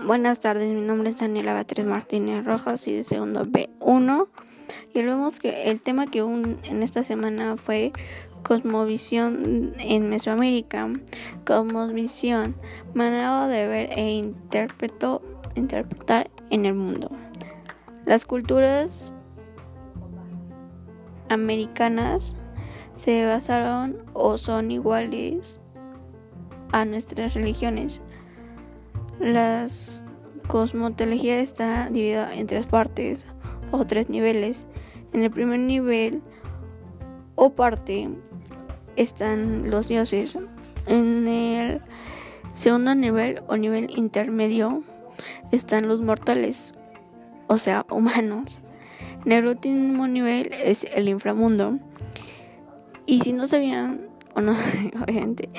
Buenas tardes, mi nombre es Daniela Beatriz Martínez Rojas y de segundo B1. Y vemos que el tema que en esta semana fue cosmovisión en Mesoamérica. Cosmovisión, manera de ver e interpretar en el mundo. Las culturas americanas se basaron o son iguales a nuestras religiones. La cosmología está dividida en tres partes o tres niveles. En el primer nivel o parte están los dioses. En el segundo nivel o nivel intermedio están los mortales, o sea, humanos. En el último nivel es el inframundo. Y si no sabían, o no, obviamente,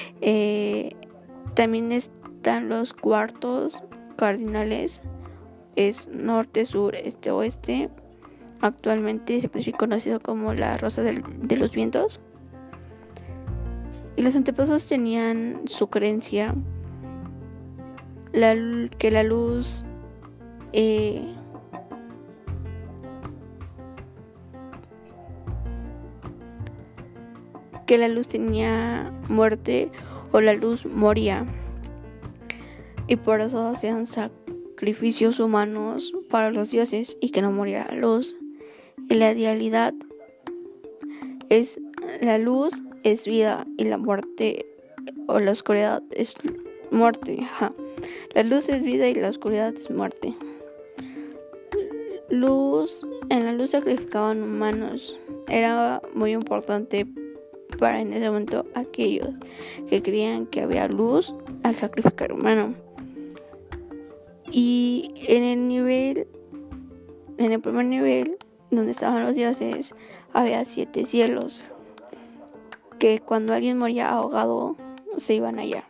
también están los cuartos cardinales, es norte, sur, este, oeste. Actualmente se puede ser conocido como la rosa de los vientos. Y los antepasados tenían su creencia que la luz tenía muerte o la luz moría, y por eso hacían sacrificios humanos para los dioses y que no moría la luz. Y la idealidad es la luz es vida y la muerte o la oscuridad es muerte. La luz es vida y la oscuridad es muerte. En la luz sacrificaban humanos. Era muy importante para en ese momento aquellos que creían que había luz al sacrificar humano. Y en el primer nivel, donde estaban los dioses, había 7 cielos, que cuando alguien moría ahogado, se iban allá.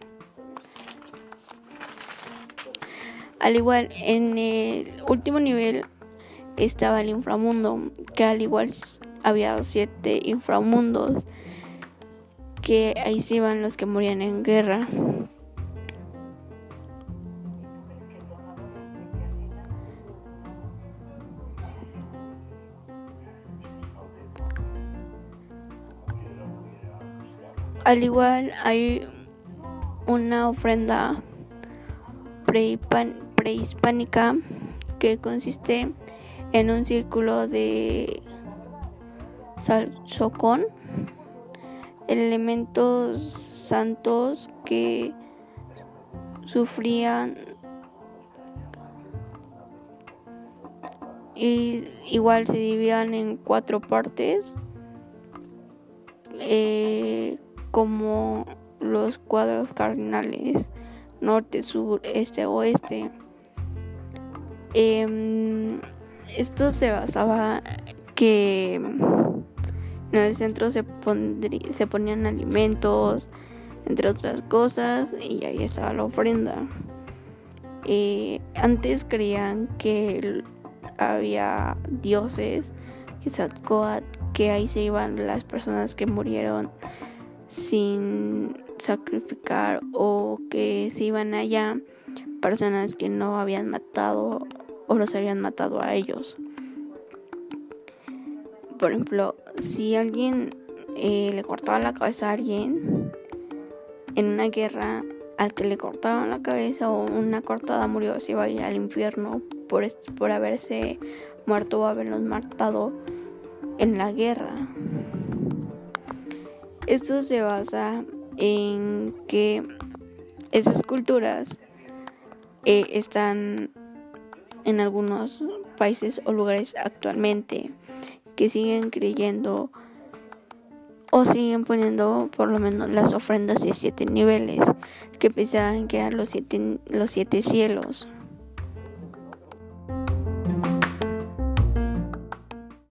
Al igual, en el último nivel estaba el inframundo, que al igual había 7 inframundos, que ahí se iban los que morían en guerra. Al igual hay una ofrenda prehispánica que consiste en un círculo de salzocón, elementos santos que sufrían, y igual se dividían en 4 partes, como los cuadros cardinales: norte, sur, este, oeste. Esto se basaba que en el centro se ponían alimentos, entre otras cosas, y ahí estaba la ofrenda. Antes creían que había dioses, que ahí se iban las personas que murieron sin sacrificar, o que se iban allá personas que no habían matado o los habían matado a ellos. Por ejemplo, si alguien le cortaba la cabeza a alguien en una guerra, al que le cortaron la cabeza o una cortada murió, se iba a ir al infierno por haberse muerto o haberlos matado en la guerra. Esto se basa en que esas culturas están en algunos países o lugares actualmente, que siguen creyendo o siguen poniendo por lo menos las ofrendas de 7 niveles, que pensaban que eran los 7 cielos.